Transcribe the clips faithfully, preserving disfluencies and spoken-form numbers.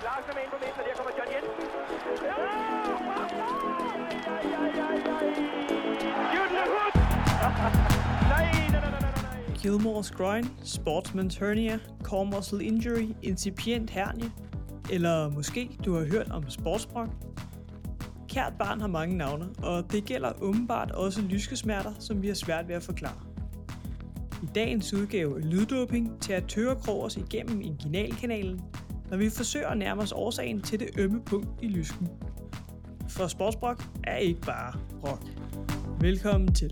Larsen er med ind på midten, og der kommer John Jensen. Ja! Nej, nej, nej, nej, nej. Gilmore's groin, sportsman's hernia, core muscle injury, incipient hernie, eller måske du har hørt om sportsbrok. Kært barn har mange navne, og det gælder åbenbart også lyskesmerter, som vi har svært ved at forklare. I dagens udgave af Lyddoping tager Tørekroger os igennem inguinalkanalen, når vi forsøger at nærme os årsagen til det ømme punkt i lysken. For sportsbrok er ikke bare brok. Velkommen til.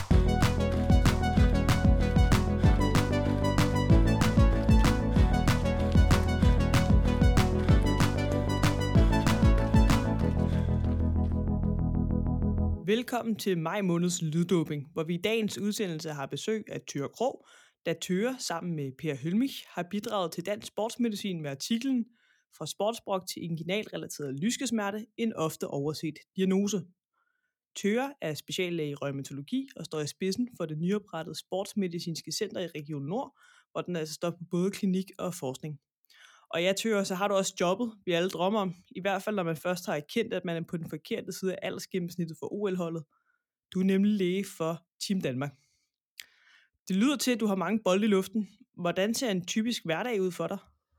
Velkommen til maj måneds Lyddoping, hvor vi i dagens udsendelse har besøg af Thyre Krog, da Thyre sammen med Per Hølmich har bidraget til dansk sportsmedicin med artiklen Fra sportsbrok til inguinalrelateret lyskesmerte, en ofte overset diagnose. Thyre er speciallæge i reumatologi og står i spidsen for det nyoprettede sportsmedicinske center i Region Nord, hvor den altså står på både klinik og forskning. Og ja, Thyre, så har du også jobbet, vi alle drømmer om, i hvert fald når man først har erkendt, at man er på den forkerte side af aldersgennemsnittet for O L-holdet. Du er nemlig læge for Team Danmark. Det lyder til, at du har mange bolde i luften. Hvordan ser en typisk hverdag ud for dig?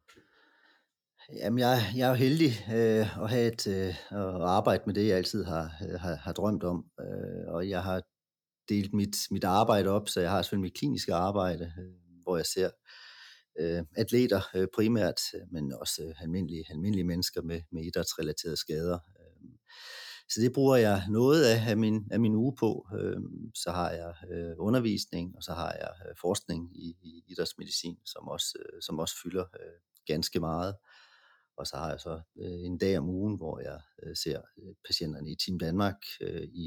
Jamen, jeg, jeg er jo heldig øh, at have et øh, at arbejde med det, jeg altid har, har, har drømt om. Øh, og jeg har delt mit, mit arbejde op, så jeg har selvfølgelig mit kliniske arbejde, øh, hvor jeg ser øh, atleter øh, primært, men også øh, almindelige, almindelige mennesker med, med idrætsrelaterede skader. Øh, så det bruger jeg noget af, af, min, af min uge på. Øh, så har jeg øh, undervisning, og så har jeg øh, forskning i, i idrætsmedicin, som også, øh, som også fylder øh, ganske meget. Og så har jeg så øh, en dag om ugen, hvor jeg øh, ser øh, patienterne i Team Danmark øh, i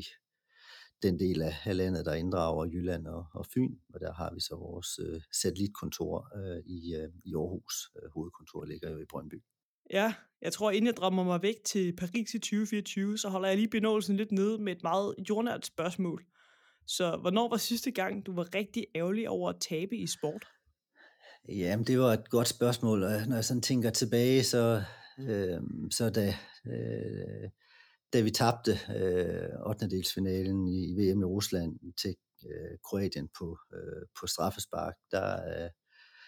den del af, af landet, der inddrager Jylland og, og Fyn. Og der har vi så vores øh, satellitkontor øh, i, øh, i Aarhus. Øh, hovedkontoret ligger jo i Brøndby. Ja, jeg tror, inden jeg drømmer mig væk til Paris i tyve fireogtyve, så holder jeg lige benåelsen lidt nede med et meget jordnært spørgsmål. Så hvornår var sidste gang, du var rigtig ærgerlig over at tabe i sport? Jamen, det var et godt spørgsmål, og når jeg sådan tænker tilbage, så, øh, så da, øh, da vi tabte øh, ottendedelsfinalen i, i V M i Rusland til øh, Kroatien på, øh, på straffespark, der, øh,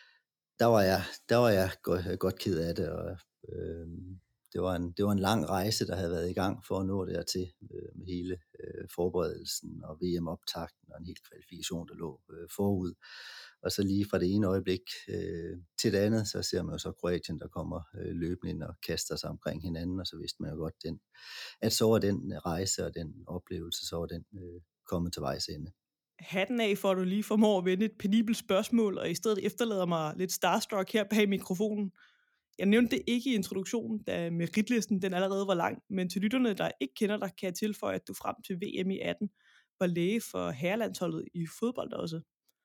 der var jeg, der var jeg godt, godt ked af det, og øh, det, var en, det var en lang rejse, der havde været i gang for at nå dertil øh, med hele øh, forberedelsen og V M-optakten og en hel kvalifikation, der lå øh, forud. Og så lige fra det ene øjeblik øh, til det andet, så ser man jo så Kroatien, der kommer øh, løbende ind og kaster sig omkring hinanden, og så vidste man jo godt, den, at så var den rejse og den oplevelse, så var den øh, kommet til vejs ende. Hatten af for, at du lige formår at vende et penibelt spørgsmål, og i stedet efterlader mig lidt starstruck her bag mikrofonen. Jeg nævnte det ikke i introduktionen, da meritlisten den allerede var lang, men til lytterne, der ikke kender dig, kan jeg tilføje, at du frem til V M i atten var læge for herrelandsholdet i fodbold også.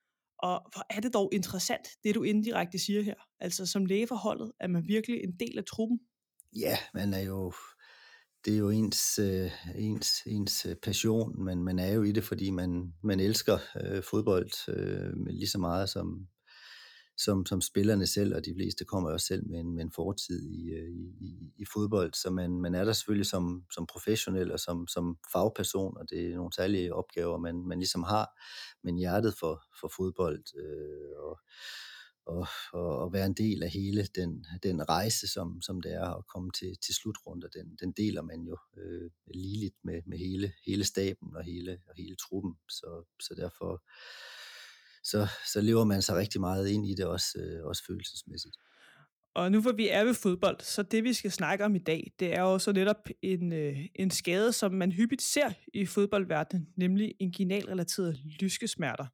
Og hvor er det dog interessant, det du indirekte siger her. Altså som læge for holdet, er man virkelig en del af truppen? Ja, man er jo, det er jo ens, øh, ens, ens passion, men man er jo i det, fordi man, man elsker øh, fodbold øh, lige så meget som, som, som spillerne selv, og de fleste kommer også selv med en, med en fortid i, i, i fodbold, så man, man er der selvfølgelig som, som professionel og som, som fagperson, og det er nogle særlige opgaver, man, man ligesom har, men hjertet for, for fodbold øh, og, og, og, og være en del af hele den, den rejse, som, som det er at komme til, til slutrunder, den, den deler man jo øh, ligeligt med, med hele, hele staben og hele, og hele truppen, så, så derfor Så, så lever man sig rigtig meget ind i det, også, øh, også følelsesmæssigt. Og nu hvor vi er ved fodbold, så det vi skal snakke om i dag, det er jo så netop en, øh, en skade, som man hyppigt ser i fodboldverdenen, nemlig inguinalrelaterede lyskesmerter.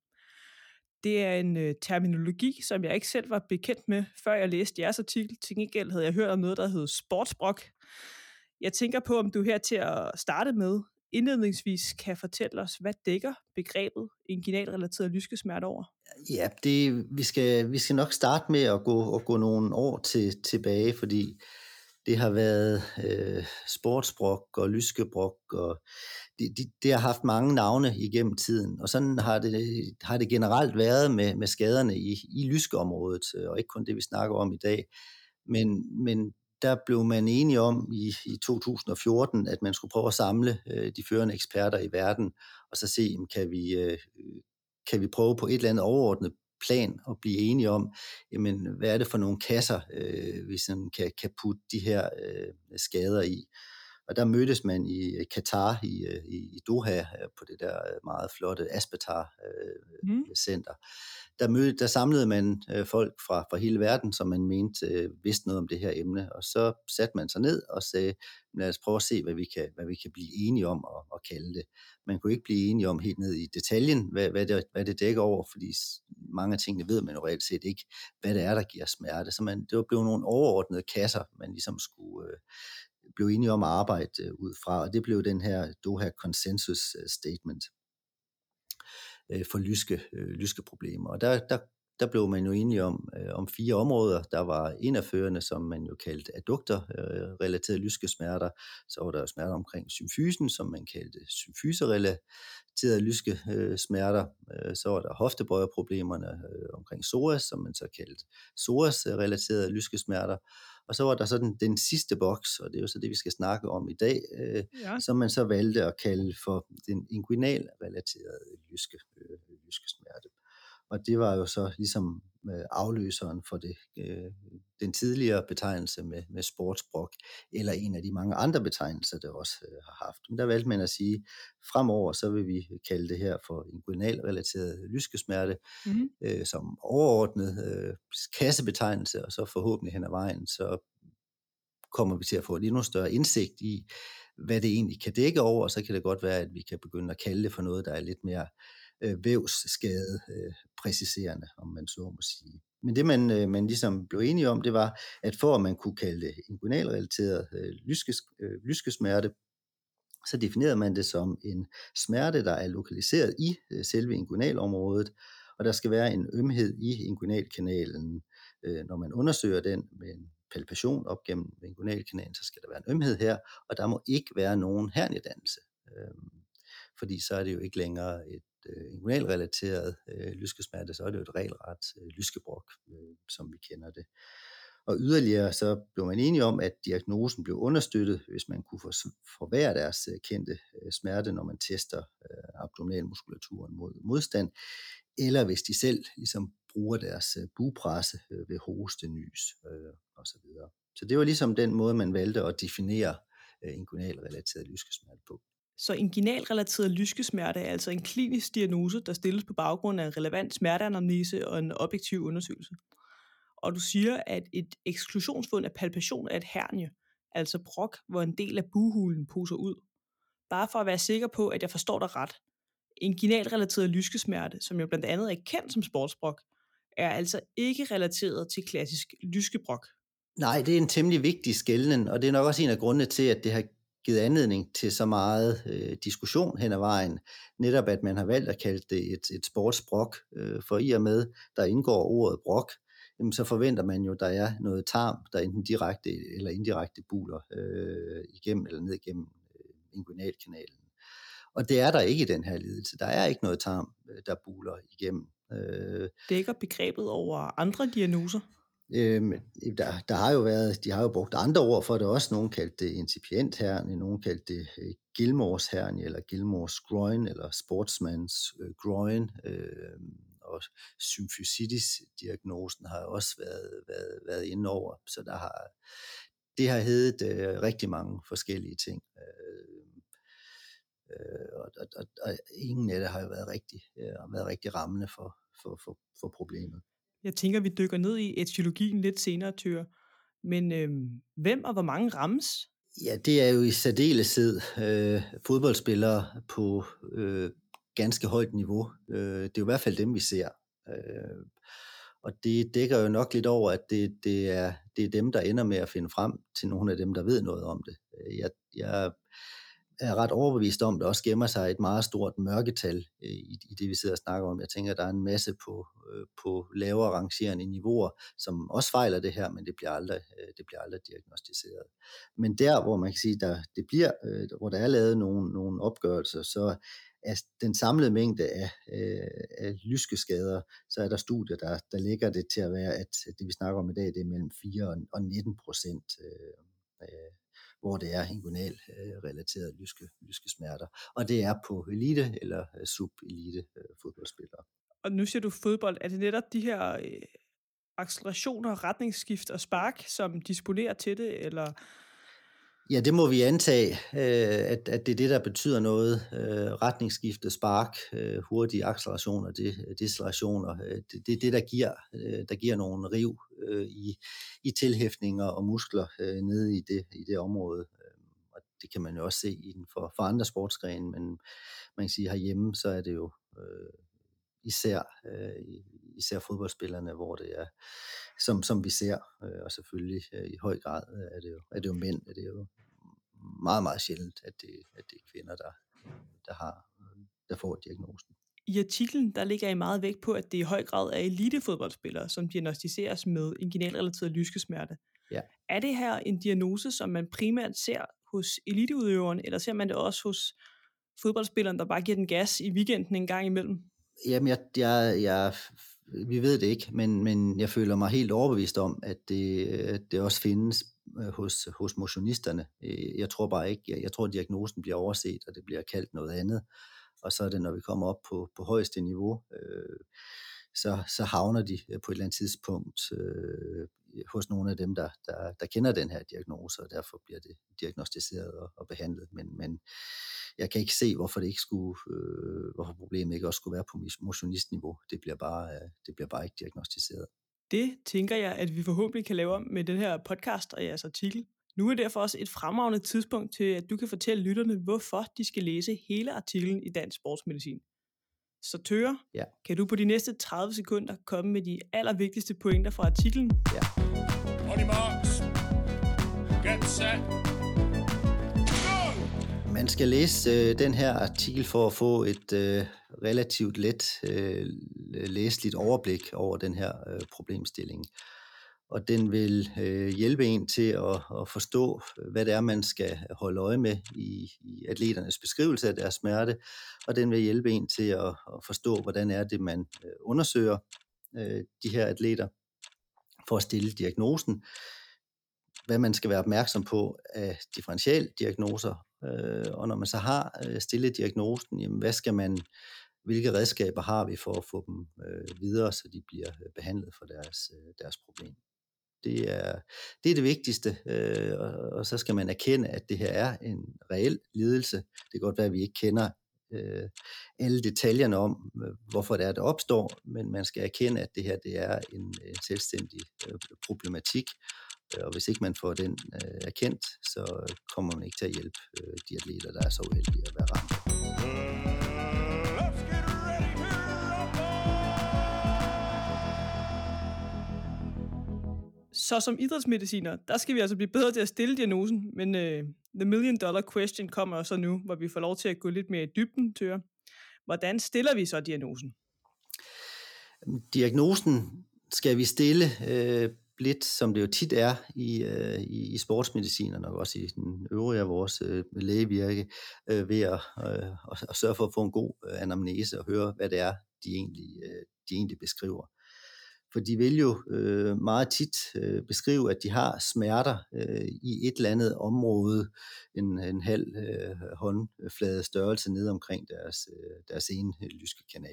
Det er en øh, terminologi, som jeg ikke selv var bekendt med, før jeg læste jeres artikel. Til gengæld havde jeg hørt om noget, der hed sportsbrok. Jeg tænker på, om du her til at starte med indledningsvis kan fortælle os, hvad dækker begrebet inguinalrelateret lyskesmerte over? Ja, det, vi, skal, vi skal nok starte med at gå, at gå nogle år til, tilbage, fordi det har været øh, sportsbrok og lyskebrok, og det, det, det har haft mange navne igennem tiden, og sådan har det, har det generelt været med, med skaderne i, i lyskeområdet, og ikke kun det, vi snakker om i dag, men, men der blev man enige om i, i to tusind og fjorten, at man skulle prøve at samle øh, de førende eksperter i verden, og så se, kan vi, øh, kan vi prøve på et eller andet overordnet plan at blive enige om, jamen, hvad er det for nogle kasser, øh, vi sådan kan, kan putte de her øh, skader i. Og der mødtes man i Katar, i, i, i Doha, på det der meget flotte Aspetar-center. Øh, mm. der, mød, der samlede man øh, folk fra, fra hele verden, som man mente øh, vidste noget om det her emne. Og så satte man sig ned og sagde, lad os prøve at se, hvad vi kan, hvad vi kan blive enige om at, at kalde det. Man kunne ikke blive enige om helt ned i detaljen, hvad, hvad, det, hvad det dækker over, fordi mange af tingene ved man jo reelt set ikke, hvad det er, der giver smerte. Så man, det var blevet nogle overordnede kasser, man ligesom skulle... Øh, blev enige om at arbejde ud fra, og det blev den her Doha Consensus Statement for lyske, lyske problemer. Og der, der, der blev man jo enige om, om fire områder. Der var en af førende, som man jo kaldte addukter, relaterede lyske smerter. Så var der smerter omkring symfysen, som man kaldte symfyserelaterede lyske smerter. Så var der hoftebøjerproblemerne omkring psoas, som man så kaldte psoas-relaterede lyske smerter. Og så var der så den, den sidste boks, og det er jo så det, vi skal snakke om i dag, øh, ja. som man så valgte at kalde for den inguinal-relaterede lyske, øh, lyske smerte. Og det var jo så ligesom øh, afløseren for det, øh, den tidligere betegnelse med, med sportsbrok, eller en af de mange andre betegnelser, der også øh, har haft. Men der valgte man at sige, fremover så vil vi kalde det her for inguinal-relateret lyskesmerte, mm-hmm. øh, som overordnet øh, kassebetegnelse, og så forhåbentlig hen ad vejen, så kommer vi til at få et endnu større indsigt i, hvad det egentlig kan dække over, og så kan det godt være, at vi kan begynde at kalde det for noget, der er lidt mere øh, vævsskade øh, præciserende, om man så må sige. Men det, man, øh, man ligesom blev enige om, det var, at for at man kunne kalde det inguinalrelateret øh, lyskes, øh, lyskesmerte, så definerede man det som en smerte, der er lokaliseret i øh, selve inguinalområdet, og der skal være en ømhed i inguinalkanalen. Øh, når man undersøger den med en palpation op gennem inguinalkanalen, så skal der være en ømhed her, og der må ikke være nogen herniedannelse, øh, fordi så er det jo ikke længere et øh, inguinalrelateret øh, lyskesmerte, så er det jo et regelret øh, lyskebrok, øh, som vi kender det. Og yderligere så blev man enige om, at diagnosen blev understøttet, hvis man kunne forværre deres kendte smerte, når man tester abdominalmuskulaturen mod modstand, eller hvis de selv ligesom bruger deres bugpresse ved hoste, nys osv. Så det var ligesom den måde, man valgte at definere inguinalrelateret lyskesmerte på. Så inguinalrelateret lyskesmerte er altså en klinisk diagnose, der stilles på baggrund af en relevant smerteanamnese og en objektiv undersøgelse. Og du siger, at et eksklusionsfund af palpation af et hernie, altså brok, hvor en del af bughulen puser ud. Bare for at være sikker på, at jeg forstår dig ret. Inguinalrelateret lyskesmerte, som jo blandt andet er kendt som sportsbrok, er altså ikke relateret til klassisk lyskebrok. Nej, det er en temmelig vigtig skelnen, og det er nok også en af grundene til, at det har givet anledning til så meget øh, diskussion hen ad vejen. Netop at man har valgt at kalde det et, et sportsbrok, øh, for i og med, der indgår ordet brok, jamen, så forventer man jo, der er noget tarm, der enten direkte eller indirekte buler øh, igennem eller ned igennem øh, inguinalkanalen. Og det er der ikke i den her lidelse. Der er ikke noget tarm, der buler igennem. Øh, Dækker begrebet over andre diagnoser? Øh, der, der har jo været, de har jo brugt andre ord for det også. Nogen kaldte det incipient hernie, nogen kaldte det øh, Gilmores hernie, eller Gilmores groin, eller sportsmans øh, groin. Øh, og symfysitis-diagnosen har også været, været, været inde over. Så der har, det har heddet øh, rigtig mange forskellige ting. Øh, øh, og, og, og ingen af det har jo været rigtig, øh, været rigtig rammende for, for, for, for problemet. Jeg tænker, vi dykker ned i etiologien lidt senere, Thøger. Men øh, hvem og hvor mange rammes? Ja, det er jo i særdeleshed øh, fodboldspillere på øh, ganske højt niveau. Øh, det er jo i hvert fald dem, vi ser. Øh, og det dækker jo nok lidt over, at det, det, er, det er dem, der ender med at finde frem til nogle af dem, der ved noget om det. Jeg, jeg er ret overbevist om, at der også gemmer sig et meget stort mørketal i, i det, vi sidder og snakker om. Jeg tænker, at der er en masse på, på lavere rangerende niveauer, som også fejler det her, men det bliver aldrig, det bliver aldrig diagnostiseret. Men der, hvor man kan sige, der, det bliver, hvor der er lavet nogle, nogle opgørelser, så af den samlede mængde af, øh, af lyskeskader, så er der studier, der, der lægger det til at være, at det vi snakker om i dag, det er mellem fire og nitten procent, øh, øh, hvor det er inguinal-relaterede lyske, lyskesmerter. Og det er på elite- eller sub-elite fodboldspillere. Og nu siger du fodbold. Er det netop de her øh, accelerationer, retningsskift og spark, som disponerer til det, eller... Ja, det må vi antage, øh, at, at det er det, der betyder noget. Øh, retningsskifte, spark, øh, hurtige accelerationer, det, decelerationer, øh, det, det er det, der giver, øh, der giver nogle riv øh, i, i tilhæftninger og muskler øh, nede i det, i det område. Og det kan man jo også se i den for, for andre sportsgrene, men man kan sige, herhjemme, så er det jo øh, især, øh, især fodboldspillerne, hvor det er, som, som vi ser, øh, og selvfølgelig øh, i høj grad er det jo, er det jo mænd, er det jo meget, meget sjældent, at det, at det er kvinder, der, der, har, der får diagnosen. I artiklen, der ligger I meget vægt på, at det i høj grad er elitefodboldspillere, som diagnostiseres med inguinalrelateret lyskesmerte. Ja. Er det her en diagnose, som man primært ser hos eliteudøveren, eller ser man det også hos fodboldspilleren, der bare giver den gas i weekenden en gang imellem? Jamen, jeg, jeg, jeg, vi ved det ikke, men, men jeg føler mig helt overbevist om, at det, det også findes hos, hos motionisterne. Jeg tror bare ikke, jeg, jeg tror, at diagnosen bliver overset, og det bliver kaldt noget andet. Og så er det, når vi kommer op på, på højeste niveau, øh, så, så havner de på et eller andet tidspunkt øh, hos nogle af dem, der, der, der kender den her diagnose, og derfor bliver det diagnostiseret og, og behandlet. Men, men jeg kan ikke se, hvorfor det ikke skulle, øh, hvorfor problemet ikke også skulle være på motionistniveau. Det bliver bare, øh, det bliver bare ikke diagnostiseret. Det tænker jeg, at vi forhåbentlig kan lave om med den her podcast og jeres artikel. Nu er det derfor også et fremragende tidspunkt til, at du kan fortælle lytterne, hvorfor de skal læse hele artiklen i Dansk Sportsmedicin. Så Thøger, ja. Kan du på de næste tredive sekunder komme med de allervigtigste pointer fra artiklen? Ja. On your marks. Get set. Go! Man skal læse øh, den her artikel for at få et øh, relativt let øh, læseligt overblik over den her øh, problemstilling. Og den vil øh, hjælpe en til at, at forstå, hvad det er, man skal holde øje med i, i atleternes beskrivelse af deres smerte, og den vil hjælpe en til at, at forstå, hvordan er det, man øh, undersøger øh, de her atleter for at stille diagnosen, hvad man skal være opmærksom på af differentialdiagnoser, øh, og når man så har øh, stillet diagnosen, jamen, hvad skal man, hvilke redskaber har vi for at få dem øh, videre, så de bliver behandlet for deres, øh, deres problem. Det er, det er det vigtigste, øh, og, og så skal man erkende, at det her er en reel lidelse. Det kan godt være, at vi ikke kender øh, alle detaljerne om, øh, hvorfor det er, det opstår, men man skal erkende, at det her det er en, en selvstændig øh, problematik, og hvis ikke man får den øh, erkendt, så kommer man ikke til at hjælpe øh, de atleter, der er så uheldige at være ramt. Så som idrætsmediciner, der skal vi altså blive bedre til at stille diagnosen, men uh, the million dollar question kommer så nu, hvor vi får lov til at gå lidt mere i dybden, Thøger. Hvordan stiller vi så diagnosen? Diagnosen skal vi stille øh, lidt, som det jo tit er i, øh, i, i sportsmedicin, og også i den øvrige af vores øh, lægevirke, øh, ved at, øh, at sørge for at få en god øh, anamnese og høre, hvad det er, de egentlig, øh, de egentlig beskriver. For de vil jo øh, meget tit øh, beskrive, at de har smerter øh, i et eller andet område, en, en halv øh, håndflade størrelse nede omkring deres, øh, deres ene lyske kanal.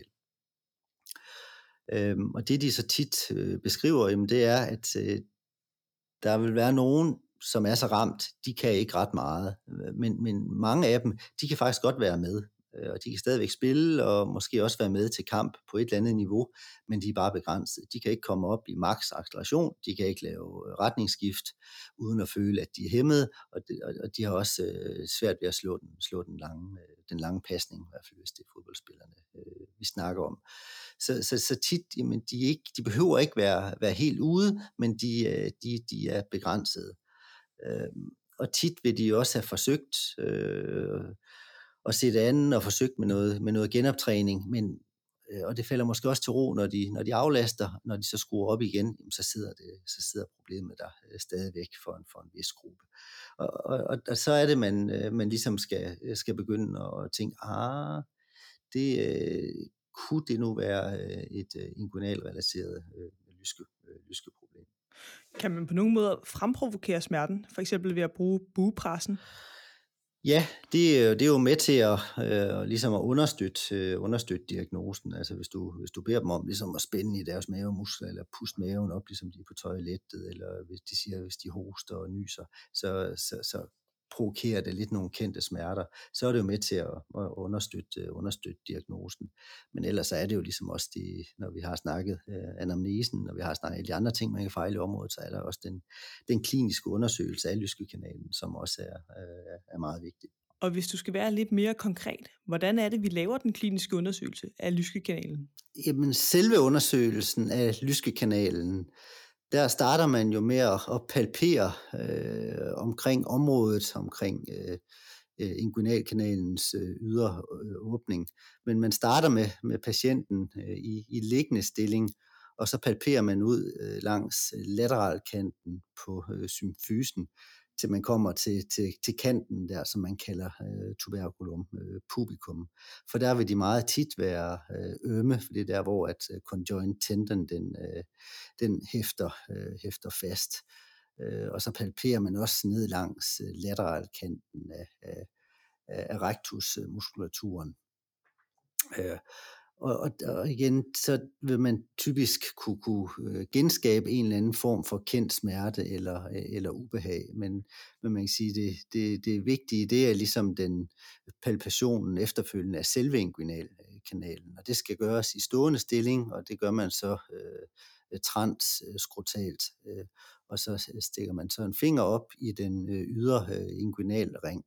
Øhm, og det de så tit øh, beskriver, jamen, det er, at øh, der vil være nogen, som er så ramt, de kan ikke ret meget, men, men mange af dem, de kan faktisk godt være med, og de kan stadigvæk spille, og måske også være med til kamp på et eller andet niveau, men de er bare begrænset. De kan ikke komme op i max acceleration, de kan ikke lave retningsskift, uden at føle, at de er hæmmet, og de, og de har også øh, svært ved at slå den, slå den lange, øh, den lange pasning, i hvert fald hvis det er fodboldspillerne, øh, vi snakker om. Så, så, så tit, jamen, de, ikke, de behøver ikke være, være helt ude, men de, de, de er begrænsede. Øh, og tit vil de også have forsøgt øh, at sætte anden og forsøgt med noget, med noget genoptræning, men, øh, og det falder måske også til ro, når de, når de aflaster, når de så skruer op igen, jamen, så, sidder det, så sidder problemet der øh, stadigvæk for en, for en vis gruppe. Og, og, og, og så er det, man, øh, man ligesom skal, skal begynde at tænke, ah, det øh, kunne det nu være øh, et øh, inguinalrelateret øh, lyske, øh, lyskeproblem. Kan man på nogen måde fremprovokere smerten, for eksempel ved at bruge buepressen? Ja, det, er jo- det er jo med til at, øh, ligesom at understøtte, øh, understøtte diagnosen. Altså hvis du, hvis du beder dem om ligesom at spænde i deres mavemuskler, eller puste maven op, ligesom de er på toilettet, eller hvis de siger, hvis de hoster og nyser, så, så, så provokerer det lidt nogle kendte smerter, så er det jo med til at, at understøtte, understøtte diagnosen. Men ellers så er det jo ligesom også, de, når vi har snakket øh, anamnesen, når vi har snakket alle de andre ting, man kan fejle i området, så er der også den, den kliniske undersøgelse af lyskekanalen, som også er, øh, er meget vigtig. Og hvis du skal være lidt mere konkret, hvordan er det, vi laver den kliniske undersøgelse af lyskekanalen? Jamen, selve undersøgelsen af lyskekanalen, der starter man jo med at, at palpere øh, omkring området, omkring øh, øh, inguinalkanalens øh, ydre øh, åbning. Men man starter med, med patienten øh, i, i liggende stilling, og så palperer man ud øh, langs lateralkanten på øh, symfysen, til man kommer til, til, til kanten der, som man kalder øh, tuberculum øh, pubicum. For der vil de meget tit være øh, ømme, for det er der, hvor at øh, conjoint tendon, den, øh, den hæfter, øh, hæfter fast. Øh, og så palperer man også ned langs øh, lateralkanten af, af, af rectusmuskulaturen. Øh, Og, og, og igen, så vil man typisk kunne, kunne øh, genskabe en eller anden form for kendt smerte eller, eller ubehag. Men, men man kan sige, det, det, det vigtige, det er ligesom den palpationen efterfølgende af selve inguinalkanalen. Og det skal gøres i stående stilling, og det gør man så øh, transskrotalt. Øh, og så stikker man så en finger op i den øh, ydre øh, inguinalring.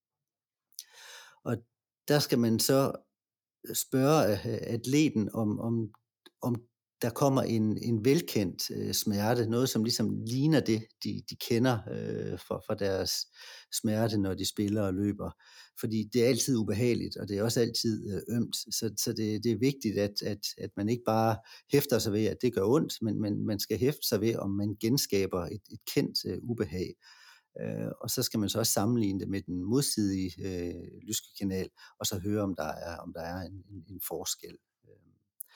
Og der skal man så spørge atleten, om, om, om der kommer en, en velkendt øh, smerte, noget som ligesom ligner det, de, de kender øh, fra, fra deres smerte, når de spiller og løber. Fordi det er altid ubehageligt, og det er også altid øh, ømt, så, så det, det er vigtigt, at, at, at man ikke bare hæfter sig ved, at det gør ondt, men, men man skal hæfte sig ved, om man genskaber et, et kendt øh, ubehag. Uh, og så skal man så også sammenligne det med den modsidige uh, lyskekanal, og så høre, om der er, om der er en, en, en forskel. Uh,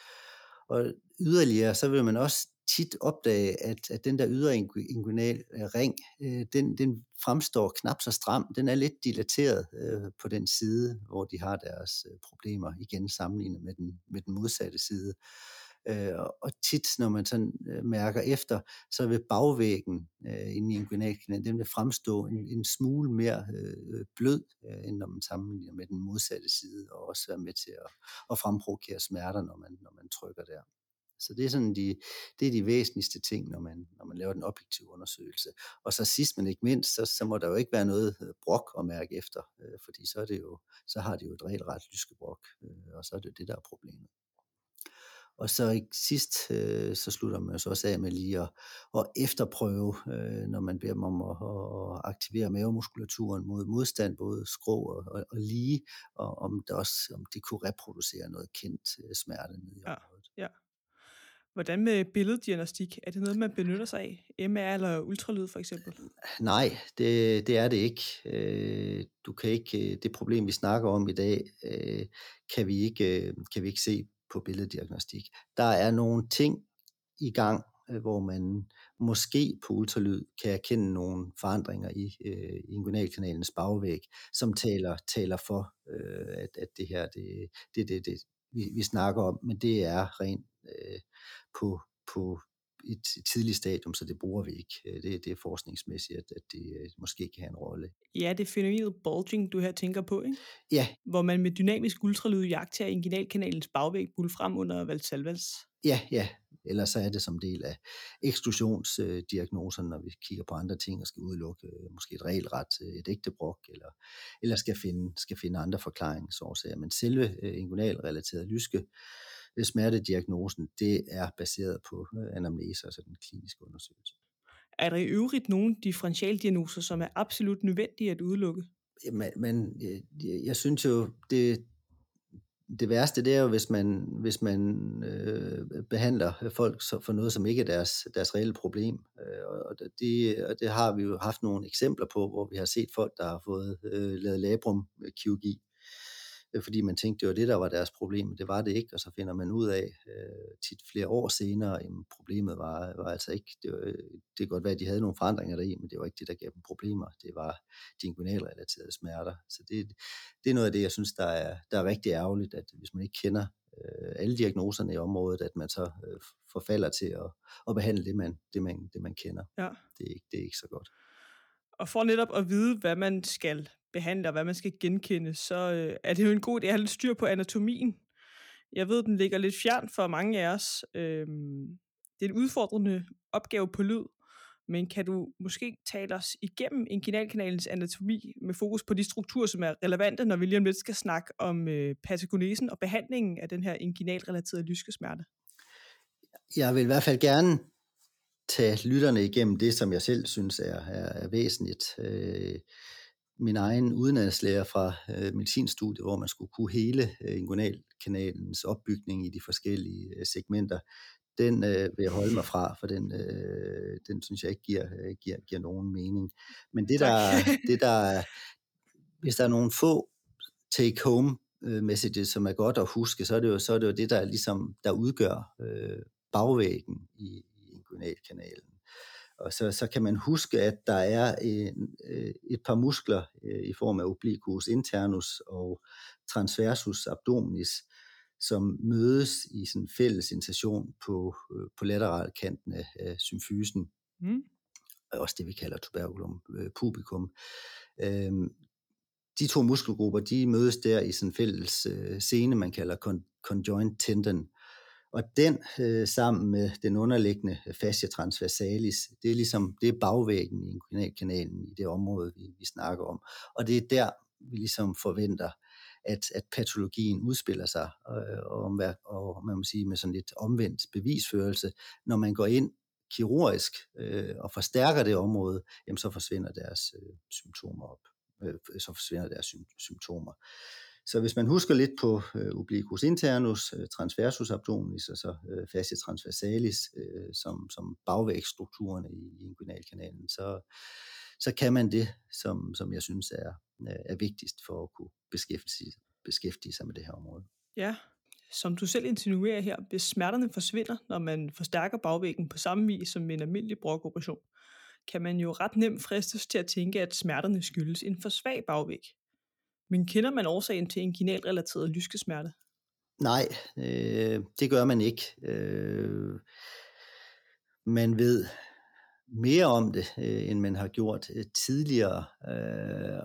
og yderligere, så vil man også tit opdage, at, at den der ydre inguinal ring, uh, den, den fremstår knap så stram. Den er lidt dilateret uh, på den side, hvor de har deres uh, problemer, igen sammenlignet med den, med den modsatte side. Øh, og tit, når man sådan øh, mærker efter, så vil bagvæggen øh, inde i inguinalkanalen, den vil fremstå en, en smule mere øh, blød, øh, end når man sammenligner med den modsatte side, og også er med til at, at fremprovokere smerter, når man, når man trykker der. Så det er sådan de, det er de væsentligste ting, når man, når man laver den objektive undersøgelse. Og så sidst, men ikke mindst, så, så må der jo ikke være noget brok at mærke efter, øh, fordi så, er det jo, så har de jo et regelret lyskebrok, øh, og så er det jo det, der er problemet. Og så sidst, øh, så slutter man så også af med lige at, at efterprøve, øh, når man beder dem om at, at aktivere mavemuskulaturen mod modstand, både skrå og, og, og lige, og om det også om det kunne reproducere noget kendt øh, smerte nede i området. Ja, ja. Hvordan med billeddiagnostik? Er det noget, man benytter sig af? M R eller ultralyd for eksempel? Nej, det, det er det ikke. Øh, du kan ikke. Det problem, vi snakker om i dag, øh, kan vi ikke, kan vi ikke se på billeddiagnostik. Der er nogle ting i gang, hvor man måske på ultralyd kan erkende nogle forandringer i øh, inguinalkanalens bagvæg, som taler, taler for, øh, at, at det her, det, det, det, det vi, vi snakker om, men det er rent øh, på, på et tidligt stadium, så det bruger vi ikke. Det, det er forskningsmæssigt, at, at det måske kan have en rolle. Ja, det er fænomenet bulging, du her tænker på, ikke? Ja. Hvor man med dynamisk ultralyd jagter inguinalkanalens bagvæg bulle frem under Valsalvas. Ja, ja. Ellers så er det som del af eksklusionsdiagnoserne, når vi kigger på andre ting og skal udelukke måske et regelret, et ægte brok, eller, eller skal, finde, skal finde andre forklaringsårsager. Men selve inguinalrelaterede lyske smertediagnosen, det er baseret på anamnese, altså den kliniske undersøgelse. Er der i øvrigt nogle differentialdiagnoser, som er absolut nødvendige at udelukke? Men, men jeg, jeg synes jo, det, det værste, det er jo, hvis man, hvis man øh, behandler folk for noget, som ikke er deres, deres reelle problem. Og det, og det har vi jo haft nogle eksempler på, hvor vi har set folk, der har fået øh, lavet labrum-kirurgi, øh, fordi man tænkte, det var det, der var deres problem, men det var det ikke, og så finder man ud af øh, tit flere år senere, at problemet var, var altså ikke, det, var, det kan godt være, at de havde nogle forandringer deri, men det var ikke det, der gav dem problemer, det var de inguinalrelaterede smerter. Så det, det er noget af det, jeg synes, der er, der er rigtig ærgerligt, at hvis man ikke kender øh, alle diagnoserne i området, at man så øh, forfalder til at, at behandle det man, det, man, det, man kender. Ja. Det, er ikke, det er ikke så godt. Og for netop at vide, hvad man skal behandle og hvad man skal genkende, så øh, er det jo en god idé at have lidt styr på anatomien. Jeg ved, den ligger lidt fjern for mange af os. Øhm, det er en udfordrende opgave på lyd, men kan du måske tale os igennem inguinalkanalens anatomi med fokus på de strukturer, som er relevante, når vi lige om lidt skal snakke om øh, patagonesen og behandlingen af den her inguinalrelaterede lyskesmerte? Jeg vil i hvert fald gerne tage lytterne igennem det, som jeg selv synes er, er, er væsentligt. Øh, min egen udenlandslærer fra øh, medicinstudiet, hvor man skulle kunne hele øh, inguinalkanalens opbygning i de forskellige øh, segmenter, den øh, vil jeg holde mig fra, for den, øh, den synes jeg ikke giver, øh, giver, giver nogen mening. Men det der, det der, hvis der er nogle få take-home messages, som er godt at huske, så er det jo, så er det, jo det, der ligesom der udgør øh, bagvæggen i, i inguinalkanalen. Og så, så kan man huske, at der er en, et par muskler i form af obliquus internus og transversus abdominis, som mødes i sådan en fælles insertion på, på lateralkanten af symfysen. Mm. Også det, vi kalder tuberculum pubicum. De to muskelgrupper, de mødes der i sådan en fælles sene, man kalder conjoint tendon. Og den øh, sammen med den underliggende fascia transversalis, det er ligesom det er bagvæggen i inguinalkanalen i det område, vi, vi snakker om. Og det er der, vi ligesom forventer, at, at patologien udspiller sig, øh, og, og man må sige med sådan lidt omvendt bevisførelse. Når man går ind kirurgisk øh, og forstærker det område, jamen så forsvinder deres øh, symptomer op. Øh, så forsvinder deres sy- symptomer. Så hvis man husker lidt på øh, obliquus internus, øh, transversus abdominis og så øh, fascia transversalis øh, som, som bagvægsstrukturerne i, i inguinalkanalen, så, så kan man det, som, som jeg synes er, er vigtigst for at kunne beskæftige, beskæftige sig med det her område. Ja, som du selv insinuerer her, hvis smerterne forsvinder, når man forstærker bagvæggen på samme vis som en almindelig brokoperation, kan man jo ret nemt fristes til at tænke, at smerterne skyldes en for svag bagvæg. Men kender man årsagen til inguinalrelateret lyskesmerte? Nej, øh, det gør man ikke. Øh, man ved mere om det, øh, end man har gjort øh, tidligere. Øh,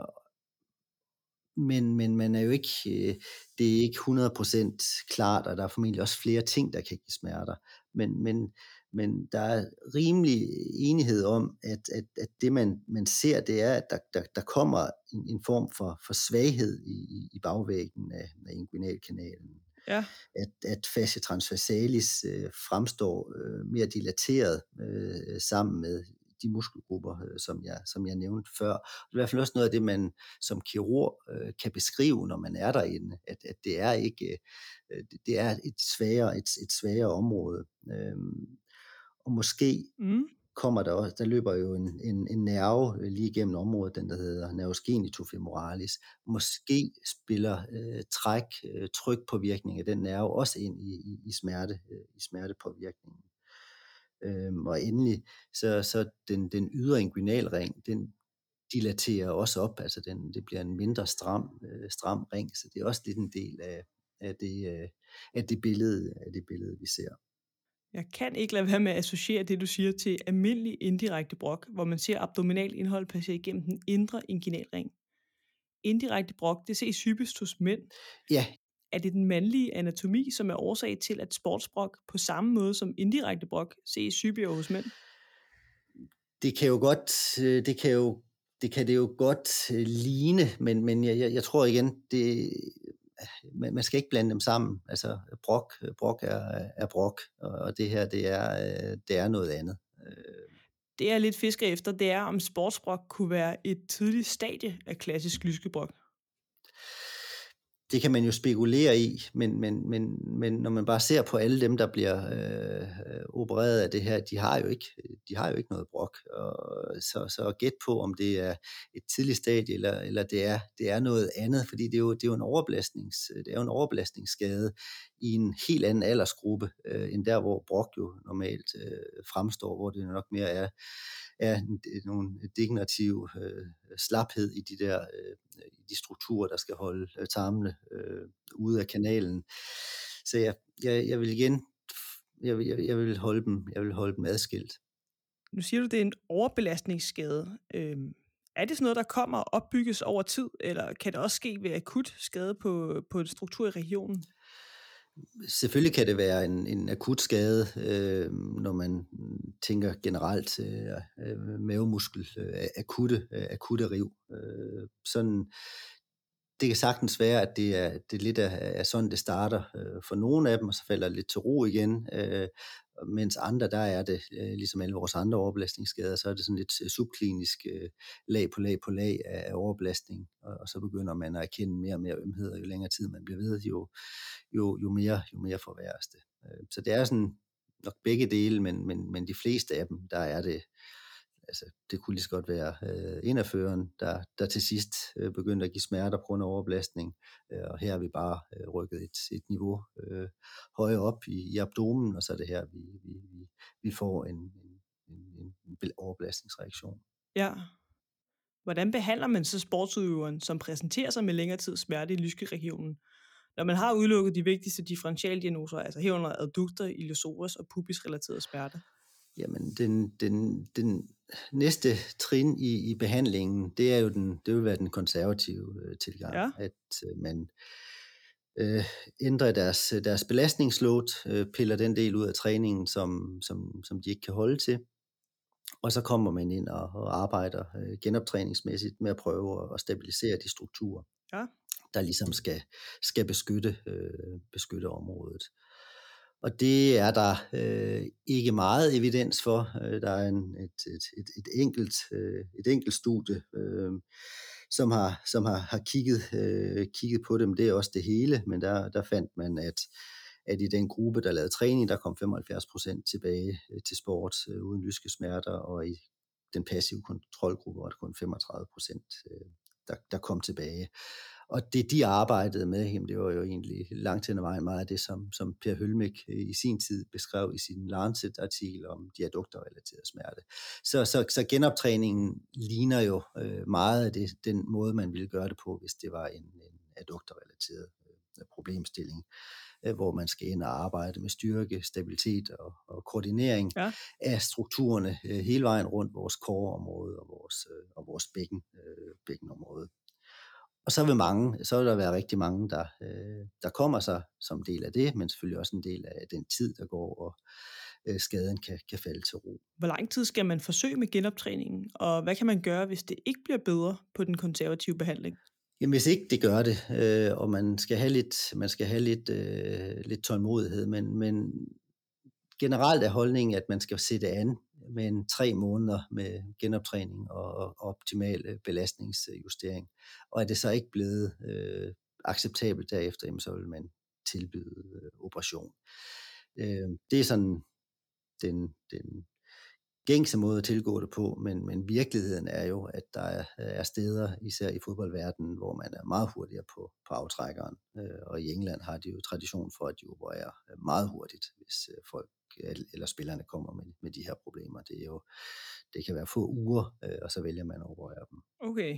men, men man er jo ikke, øh, det er ikke hundrede procent klart, og der er formentlig også flere ting, der kan give smerter. Men, men, men der er rimelig enighed om, at, at, at det man, man ser, det er, at der, der, der kommer en, en form for, for svaghed i, i bagvæggen af, af inguinalkanalen. Ja. At, at fascia transversalis øh, fremstår øh, mere dilateret øh, sammen med de muskelgrupper, øh, som, jeg, som jeg nævnte før. Det er i hvert fald også noget af det, man som kirurg øh, kan beskrive, når man er derinde, at, at det er ikke øh, det er et svagere, et, et svagere område. Øh, og måske mm. kommer der også, der løber jo en, en, en nerve lige igennem området, den der hedder nervus genitofemoralis. Måske spiller øh, træk, øh, trykpåvirkning af den nerve også ind i, i, i, smerte, øh, i smertepåvirkningen. Øhm, og endelig, så, så den, den ydre inguinalring, den dilaterer også op, altså den, det bliver en mindre stram, øh, stram ring, så det er også lidt en del af, af, det, øh, af, det billede, af det billede, vi ser. Jeg kan ikke lade være med at associere det, du siger, til almindelig indirekte brok, hvor man ser abdominal indhold passere igennem den indre inguinalring. Indirekte brok, det ses hyppigst hos mænd. Ja. Er det den mandlige anatomi, som er årsag til, at sportsbrok på samme måde som indirekte brok ses hyppigere hos mænd? Det kan jo godt, det kan jo, det kan det jo godt ligne, men, men jeg, jeg, jeg tror igen, det, man skal ikke blande dem sammen. Altså brok, brok er, er brok, og det her, det er, det er noget andet. Det jeg er lidt fisker efter, det er, om sportsbrok kunne være et tidligt stadie af klassisk lyskebrok. det kan man jo spekulere i, men, men, men, men når man bare ser på alle dem, der bliver øh, opereret af det her, de har jo ikke, de har jo ikke noget brok. Og så, så at gætte på, om det er et tidligt stadie, eller, eller det, er, det er noget andet, fordi det er jo, det er jo en overbelastnings, det er jo en overbelastningsskade i en helt anden aldersgruppe, øh, end der, hvor brok jo normalt øh, fremstår, hvor det nok mere er, er nogle degenerative øh, slaphed i de der øh, i de strukturer, der skal holde øh, tarmene øh, ude af kanalen. Så jeg, jeg, jeg vil igen, jeg vil, jeg vil holde dem, jeg vil holde dem adskilt. Nu siger du, det er en overbelastningsskade. Øhm, er det sådan noget, der kommer og opbygges over tid, eller kan det også ske ved akut skade på, på en struktur i regionen? Selvfølgelig kan det være en, en akut skade, øh, når man tænker generelt øh, mavemuskel, øh, akutte, øh, akutte riv. Øh, sådan, det kan sagtens være, at det er, det er lidt af, af sådan, det starter øh, for nogle af dem, og så falder det lidt til ro igen. Øh, mens andre, der er det, øh, ligesom alle vores andre overbelastningsskader, så er det sådan lidt subklinisk øh, lag på lag på lag af, af overbelastning, og, og så begynder man at erkende mere og mere ømhed, og jo længere tid man bliver ved, jo, jo, jo, mere, jo mere forværres det. Øh, så det er sådan nok begge dele, men, men, men de fleste af dem, der er det, altså det kunne lige så godt være øh, inderføreren, der, der til sidst øh, begyndte at give smerter på grund af overbelastning, øh, og her har vi bare øh, rykket et, et niveau øh, højere op i, i abdomen, og så er det her, vi, vi, vi, vi får en, en, en, en overbelastningsreaktion. Ja. Hvordan behandler man så sportsudøveren, som præsenterer sig med længere tid smerte i lyskeregionen, når man har udelukket de vigtigste differentialdiagnoser, altså herunder addukter, iliopsoas og pubisrelaterede smerter? Jamen, den, den, den næste trin i, i behandlingen, det er jo den, det vil være den konservative øh, tilgang, ja. At øh, man øh, ændrer deres, deres belastningsload, øh, piller den del ud af træningen, som, som, som de ikke kan holde til, og så kommer man ind og, og arbejder øh, genoptræningsmæssigt med at prøve at stabilisere de strukturer, ja. Der ligesom skal, skal beskytte, øh, beskytte området. Og det er der øh, ikke meget evidens for. Øh, der er en, et, et, et, et, enkelt, øh, et enkelt studie, øh, som, har, som har, har kigget, øh, kigget på dem. Det er også det hele, men der, der fandt man, at, at i den gruppe, der lavede træning, der kom femoghalvfjerds procent tilbage øh, til sport øh, uden lyske smerter, og i den passive kontrolgruppe var det kun femogtredive procent, øh, der, der kom tilbage. Og det, de arbejdede med, jamen, det var jo egentlig langt hen ad vejen meget af det, som, som Per Hølmich i sin tid beskrev i sin Lancet-artikel om de adduktorrelaterede smerte. Så, så, så genoptræningen ligner jo øh, meget af det, den måde, man ville gøre det på, hvis det var en, en adduktorrelateret øh, problemstilling, øh, hvor man skal ind og arbejde med styrke, stabilitet og, og koordinering, ja. Af strukturerne øh, hele vejen rundt vores core-område og vores, øh, og vores bækken, øh, bækkenområde. Og så vil mange, så vil der være rigtig mange, der, øh, der kommer sig som del af det, men selvfølgelig også en del af den tid, der går, og øh, skaden kan, kan falde til ro. Hvor lang tid skal man forsøge med genoptræningen, og hvad kan man gøre, hvis det ikke bliver bedre på den konservative behandling? Jamen, hvis ikke det gør det, øh, og man skal have lidt, man skal have lidt, øh, lidt tålmodighed, men, men generelt er holdningen, at man skal sætte an med en tre måneder med genoptræning og optimal belastningsjustering. Og er det så ikke blevet øh, acceptabelt derefter, jamen, så vil man tilbyde øh, operation. Øh, det er sådan den, den gængse måde at tilgå det på, men, men virkeligheden er jo, at der er, er steder, især i fodboldverdenen, hvor man er meget hurtigere på, på aftrækkeren. Øh, og i England har de jo tradition for, at de opererer meget hurtigt, hvis øh, folk eller spillerne kommer med, med de her problemer. Det er jo, det kan være få uger, øh, og så vælger man at operere dem. Okay.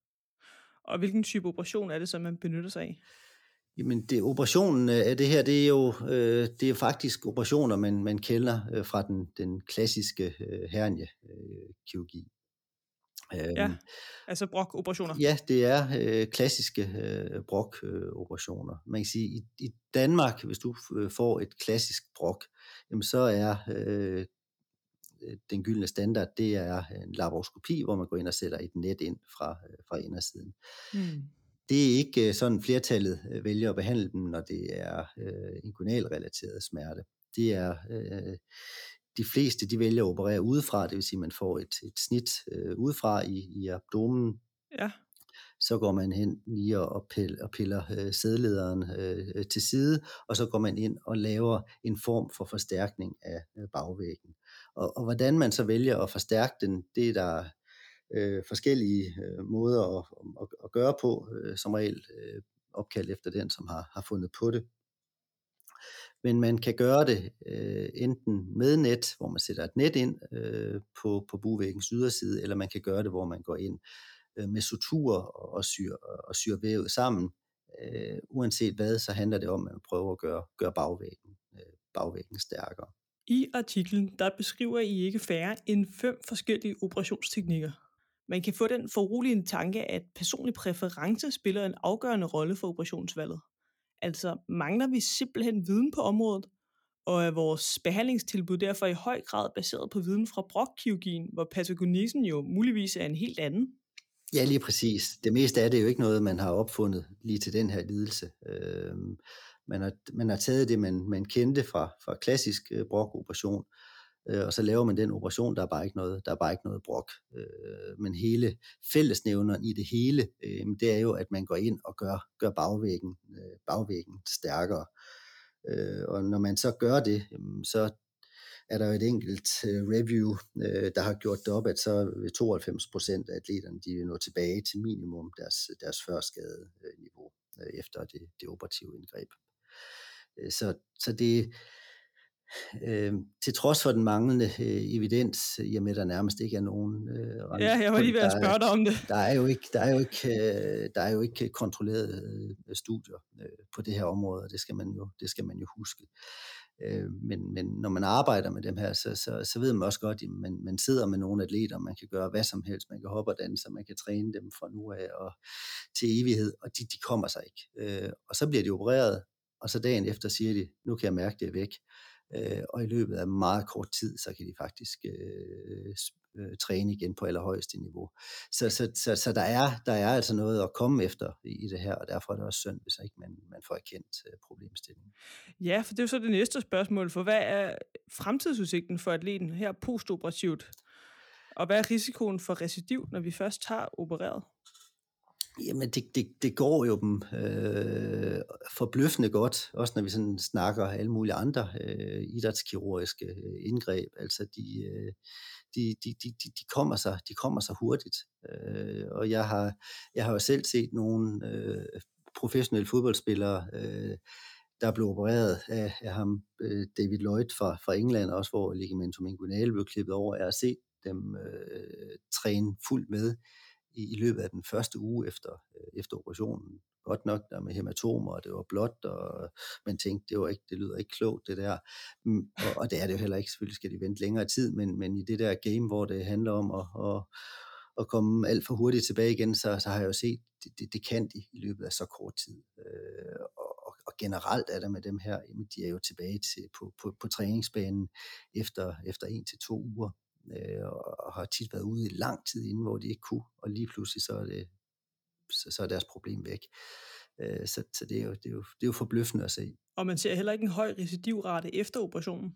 Og hvilken type operation er det, som man benytter sig af? Jamen, det, operationen af det her, det er jo øh, det er faktisk operationer, man, man kender øh, fra den, den klassiske øh, herniekirurgi. Øh, ja, altså brok-operationer. Ja, det er øh, klassiske øh, brok-operationer. Man kan sige, i, i Danmark, hvis du får et klassisk brok, jamen så er øh, den gyldne standard, det er en laparoskopi, hvor man går ind og sætter et net ind fra, øh, fra indersiden. Hmm. Det er ikke sådan, flertallet vælger at behandle dem, når det er øh, inguinalrelateret smerte. Det er øh, de fleste, de vælger at operere udefra, det vil sige, at man får et, et snit øh, udefra i, i abdomen, ja. så går man hen lige og, piller, og piller øh, sædlederen øh, til side, og så går man ind og laver en form for forstærkning af øh, bagvæggen. Og, og hvordan man så vælger at forstærke den, det er der øh, forskellige øh, måder at, at, at gøre på, øh, som regel øh, opkaldt efter den, som har, har fundet på det. Men man kan gøre det øh, enten med net, hvor man sætter et net ind øh, på, på bugvæggens yderside, eller man kan gøre det, hvor man går ind øh, med suturer og, og, syr, og syr vævet sammen. Øh, uanset hvad, så handler det om, at man prøver at gøre, gøre bagvæggen, øh, bagvæggen stærkere. I artiklen, der beskriver I ikke færre end fem forskellige operationsteknikker. Man kan få den foruroligende tanke, at personlig præference spiller en afgørende rolle for operationsvalget. Altså mangler vi simpelthen viden på området, og er vores behandlingstilbud derfor i høj grad baseret på viden fra brokkirurgien, hvor patogenesen jo muligvis er en helt anden? Ja, lige præcis. Det meste af det er jo ikke noget, man har opfundet lige til den her lidelse. Øh, man, har, man har taget det, man, man kendte fra, fra klassisk øh, brokoperation, øh, og så laver man den operation, der er bare ikke noget, der er bare ikke noget brok. Øh, men hele fællesnævneren i det hele, øh, det er jo, at man går ind og gør, gør bagvæggen, øh, bagvæggen stærkere. Øh, og når man så gør det, øh, så er der jo et enkelt uh, review, uh, der har gjort det op, at så vil tooghalvfems procent af atleterne, de vil nå tilbage til minimum deres, deres førskade niveau uh, efter det, det operative indgreb. Uh, så, så det uh, til trods for den manglende uh, evidens, i og med der nærmest ikke er nogen uh, ja, jeg var lige ved at spørge dig om det. Der er jo ikke, der er jo ikke, uh, der er jo ikke kontrollerede uh, studier uh, på det her område, og det skal man jo, det skal man jo huske. Men, men når man arbejder med dem her, så, så, så ved man også godt, at man, man sidder med nogle atleter, man kan gøre hvad som helst, man kan hoppe og danse, man kan træne dem fra nu af og til evighed, og de, de kommer sig ikke. Og så bliver de opereret, og så dagen efter siger de, nu kan jeg mærke, det er væk. Og i løbet af meget kort tid, så kan de faktisk øh, træne igen på allerhøjeste niveau. Så, så, så, så der, er, der er altså noget at komme efter i det her, og derfor er det også synd, hvis ikke man, man får erkendt øh, problemstillingen. Ja, for det er jo så det næste spørgsmål, for hvad er fremtidsudsigten for atleten her postoperativt? Og hvad er risikoen for recidiv, når vi først har opereret? Jamen, det, det, det går jo dem øh, forbløffende godt, også når vi sådan snakker alle mulige andre øh, idrætskirurgiske indgreb. Altså, de, øh, de, de, de, de, kommer sig, de kommer sig hurtigt. Øh, og jeg har, jeg har jo selv set nogle øh, professionelle fodboldspillere, øh, der blev opereret af, af ham, øh, David Lloyd fra, fra England, også hvor ligamentum inguinale blev klippet over. Jeg har set dem øh, træne fuldt med i, i løbet af den første uge efter, øh, efter operationen. Godt nok der med hæmatomer, og det var blåt, og man tænkte, det var ikke, det lyder ikke klogt, det der. Og, og det er det jo heller ikke, selvfølgelig skal de vente længere tid, men, men i det der game, hvor det handler om at, at, at komme alt for hurtigt tilbage igen, så, så har jeg jo set, det, det, det kan de i løbet af så kort tid. Øh, og, og generelt er der med dem her, jamen, de er jo tilbage til, på, på, på træningsbanen efter, efter en til to uger, øh, og har tit været ude i lang tid inden, hvor de ikke kunne, og lige pludselig så er det Så, så er deres problem væk. Øh, så så det, er jo, det, er jo, det er jo forbløffende at se. Og man ser heller ikke en høj recidivrate efter operationen?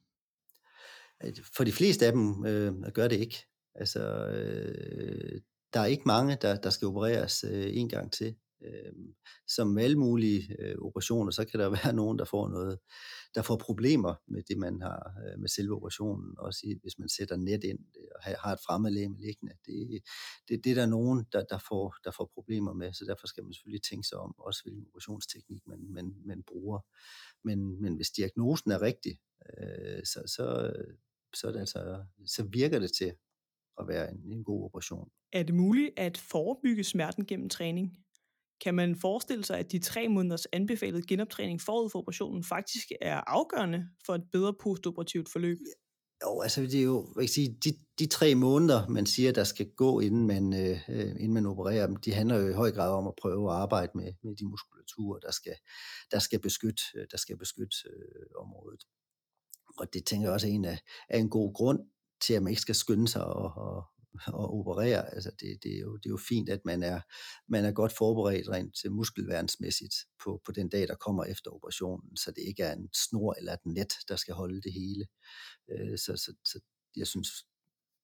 For de fleste af dem øh, gør det ikke. Altså, øh, der er ikke mange, der, der skal opereres øh, en gang til. Øh, som med alle mulige øh, operationer, så kan der være nogen, der får noget, der får problemer med det, man har øh, med selve operationen. Også i, hvis man sætter net ind og har et fremmedlegeme liggende. Det, det, det er der nogen, der, der, får, der får problemer med, så derfor skal man selvfølgelig tænke sig om, også hvilken operationsteknik man, man, man bruger. Men, men hvis diagnosen er rigtig, øh, så, så, så, er det altså, så virker det til at være en, en god operation. Er det muligt at forebygge smerten gennem træning? Kan man forestille sig, at de tre måneders anbefalede genoptræning forud for operationen faktisk er afgørende for et bedre postoperativt forløb? Jo, altså det er jo, hvad jeg sige, de, de tre måneder, man siger, der skal gå, inden man, øh, inden man opererer dem, de handler jo i høj grad om at prøve at arbejde med, med de muskulaturer, der skal, der skal beskytte, der skal beskytte øh, området. Og det tænker jeg også er en af, af en god grund til, at man ikke skal skynde sig og, og og operere. Altså det, det, er jo, det er jo fint, at man er, man er godt forberedt rent muskelværnsmæssigt på, på den dag, der kommer efter operationen, så det ikke er en snor eller et net, der skal holde det hele. Så, så, så jeg synes,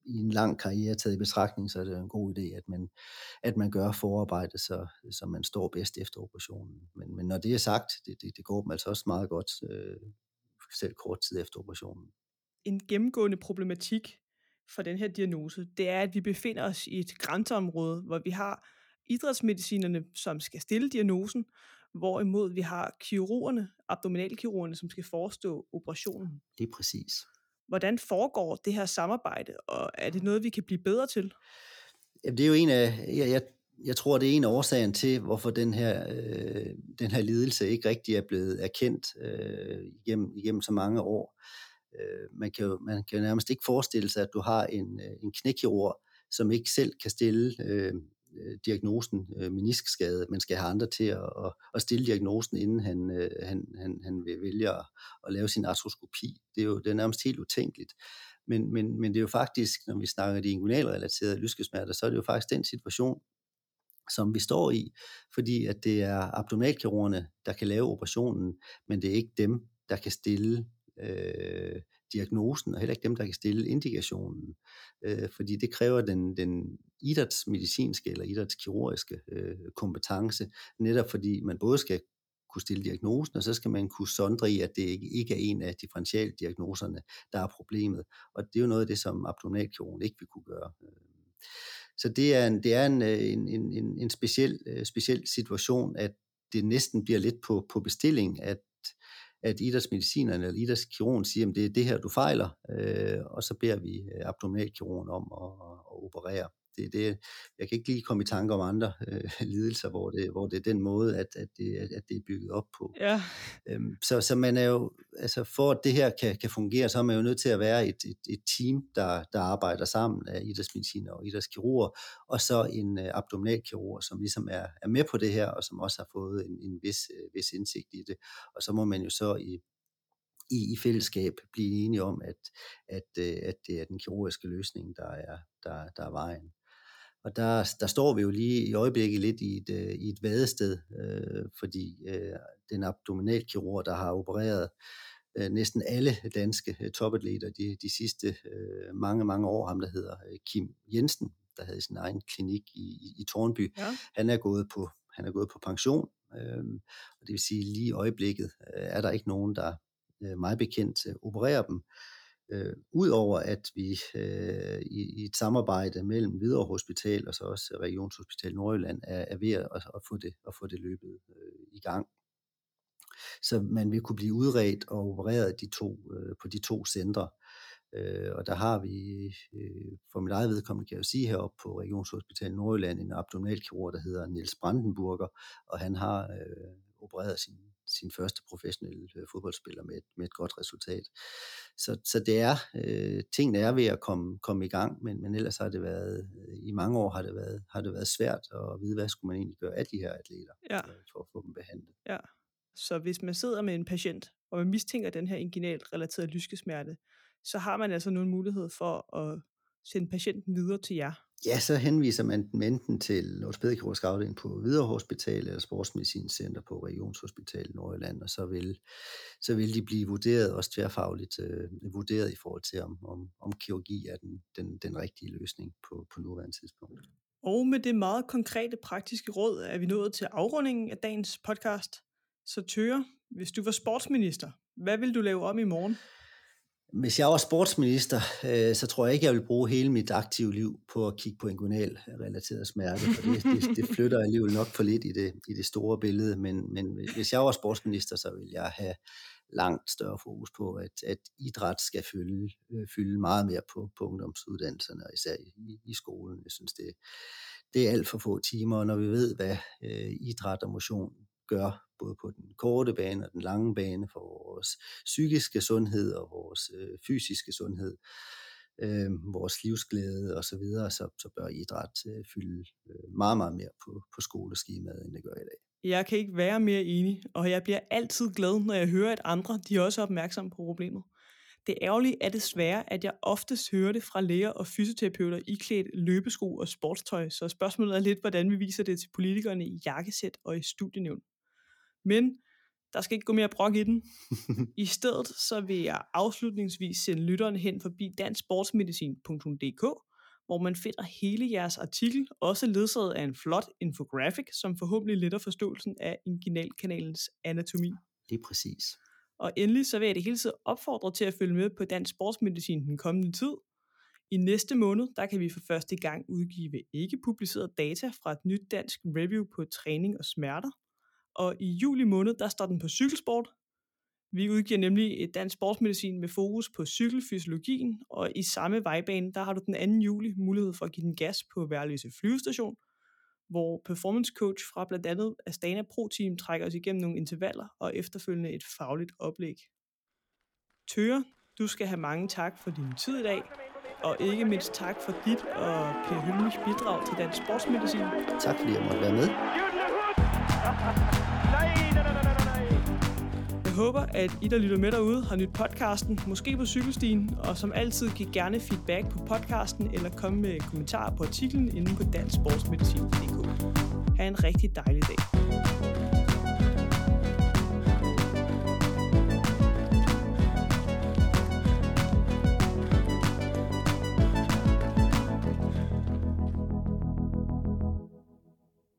i en lang karriere taget i betragtning, så er det en god idé, at man, at man gør forarbejdet, så, så man står bedst efter operationen. Men, men når det er sagt, det, det, det går dem altså også meget godt, øh, selv kort tid efter operationen. En gennemgående problematik for den her diagnose, det er, at vi befinder os i et grænseområde, hvor vi har idrætsmedicinerne, som skal stille diagnosen, hvorimod vi har kirurgerne, abdominalkirurgerne, som skal forestå operationen. Det er præcis. Hvordan foregår det her samarbejde, og er det noget, vi kan blive bedre til? Jamen, det er jo en af, jeg, jeg, jeg tror, det er en af årsagen til, hvorfor den her, øh, den her lidelse ikke rigtig er blevet erkendt øh, igennem, igennem så mange år. Øh, man, kan jo, man kan jo nærmest ikke forestille sig, at du har en, en knækirurg, som ikke selv kan stille øh, diagnosen øh, meniskskade, men skal have andre til at, at, at stille diagnosen, inden han, øh, han, han, han vil vælge at, at lave sin artroskopi. Det er jo det er nærmest helt utænkeligt. Men, men, men det er jo faktisk, når vi snakker de inguinalrelaterede lyskesmerter, så er det jo faktisk den situation, som vi står i, fordi at det er abdominalkirurgerne, der kan lave operationen, men det er ikke dem, der kan stille øh, diagnosen, og heller ikke dem, der kan stille indikationen, øh, fordi det kræver den, den idrætsmedicinske eller idrætskirurgiske øh, kompetence, netop fordi man både skal kunne stille diagnosen, og så skal man kunne sondre i, at det ikke er en af differentialdiagnoserne, der er problemet. Og det er jo noget af det, som abdominalkirurgen ikke vil kunne gøre. Så det er en, det er en, en, en, en speciel, speciel situation, at det næsten bliver lidt på, på bestilling, at, at idrætsmedicinerne eller idrætskirurgen siger, at det er det her, du fejler, øh, og så beder vi abdominalkirurgen om at, at operere. Det, det, jeg kan ikke lige komme i tanke om andre øh, lidelser, hvor det, hvor det er den måde, at, at, det, at det er bygget op på. Ja. Øhm, så, så man er jo, altså for at det her kan, kan fungere, så er man jo nødt til at være et, et, et team, der, der arbejder sammen af idrætsmediciner og idrætskirurger, og så en øh, abdominalkirurg, som ligesom er, er med på det her, og som også har fået en, en vis, øh, vis indsigt i det. Og så må man jo så i I, i fællesskab blive enige om, at, at, at det er den kirurgiske løsning, der er, der, der er vejen. Og der, der står vi jo lige i øjeblikket lidt i et, i et vadested, øh, fordi øh, den abdominalkirurg, der har opereret øh, næsten alle danske øh, topatleter de, de sidste øh, mange, mange år, ham der hedder øh, Kim Jensen, der havde sin egen klinik i, i, i Tårnby, ja. han, er gået på, han er gået på pension, øh, og det vil sige lige i øjeblikket øh, er der ikke nogen, der øh, meget bekendt øh, opererer dem. Øh, Udover at vi øh, i, i et samarbejde mellem Hvidovre Hospital og så også Regionshospital Nordjylland er, er ved at, at, få det, at få det løbet øh, i gang. Så man vil kunne blive udredt og opereret de to, øh, på de to centre. Øh, og der har vi, øh, for mit eget vedkommende kan jeg jo sige heroppe på Regionshospital Nordjylland, en abdominalkirurg, der hedder Niels Brandenburger, og han har øh, opereret sin sin første professionelle fodboldspiller med et, med et godt resultat. Så, så det er, øh, tingene er ved at komme, komme i gang, men, men ellers har det været, øh, i mange år har det været, har det været svært at vide, hvad skulle man egentlig gøre af de her atleter, ja. øh, for at få dem behandlet. Ja, så hvis man sidder med en patient, og man mistænker den her inguinalt relaterede lyskesmerte, så har man altså nogle mulighed for at sende patienten videre til jer. Ja, så henviser man dem enten til ortopædkirurgisk afdeling på Hvidovre Hospital eller Sportsmedicincenter på Regionshospital Nordjylland, og så vil, så vil de blive vurderet, også tværfagligt øh, vurderet i forhold til, om, om, om kirurgi er den, den, den rigtige løsning på, på nuværende tidspunkt. Og med det meget konkrete praktiske råd er vi nået til afrundingen af dagens podcast. Så Thøger, hvis du var sportsminister, hvad vil du lave om i morgen? Hvis jeg var sportsminister, øh, så tror jeg ikke, jeg vil bruge hele mit aktive liv på at kigge på inguinal-relateret smerte, for det, det, det flytter alligevel nok for lidt i det, i det store billede, men, men hvis jeg var sportsminister, så vil jeg have langt større fokus på, at, at idræt skal fylde, øh, fylde meget mere på, på ungdomsuddannelserne, og især i, i skolen. Jeg synes, det, det er alt for få timer, og når vi ved, hvad øh, idræt og motion gør, både på den korte bane og den lange bane for vores psykiske sundhed og vores øh, fysiske sundhed, øh, vores livsglæde og så videre, så, så bør idræt øh, fylde øh, meget, meget mere på, på skoleskemaet, end det gør i dag. Jeg kan ikke være mere enig, og jeg bliver altid glad, når jeg hører, at andre de også er opmærksomme på problemet. Det ærgerlige er desværre, at jeg oftest hører det fra læger og fysioterapeuter iklædt løbesko og sportstøj, så spørgsmålet er lidt, hvordan vi viser det til politikerne i jakkesæt og i studienævn. Men Der skal ikke gå mere brok i den. I stedet så vil jeg afslutningsvis sende lytteren hen forbi dansk sportsmedicin punktum d k, hvor man finder hele jeres artikel, også ledsaget af en flot infografik, som forhåbentlig letter forståelsen af inguinalkanalens anatomi. Det er præcis. Og endelig så vil jeg det hele tiden opfordre til at følge med på dansk sportsmedicin den kommende tid. I næste måned, der kan vi for første gang udgive ikke publiceret data fra et nyt dansk review på træning og smerter. Og i juli måned, der står den på cykelsport. Vi udgiver nemlig et dansk sportsmedicin med fokus på cykelfysiologien, og i samme vejbane, der har du den anden juli mulighed for at give den gas på Værløse flyvestation, hvor performance coach fra blandt andet Astana Pro Team trækker os igennem nogle intervaller og efterfølgende et fagligt oplæg. Tøre, du skal have mange tak for din tid i dag, og ikke mindst tak for dit og Per Hylmichs bidrag til dansk sportsmedicin. Tak fordi jeg måtte være med. Jeg håber, at I, der lytter med derude, har nyt podcasten, måske på cykelstien, og som altid giv gerne feedback på podcasten, eller kom med kommentarer på artiklen inde på dansk sportsmedicin punktum d k. Ha' en rigtig dejlig dag.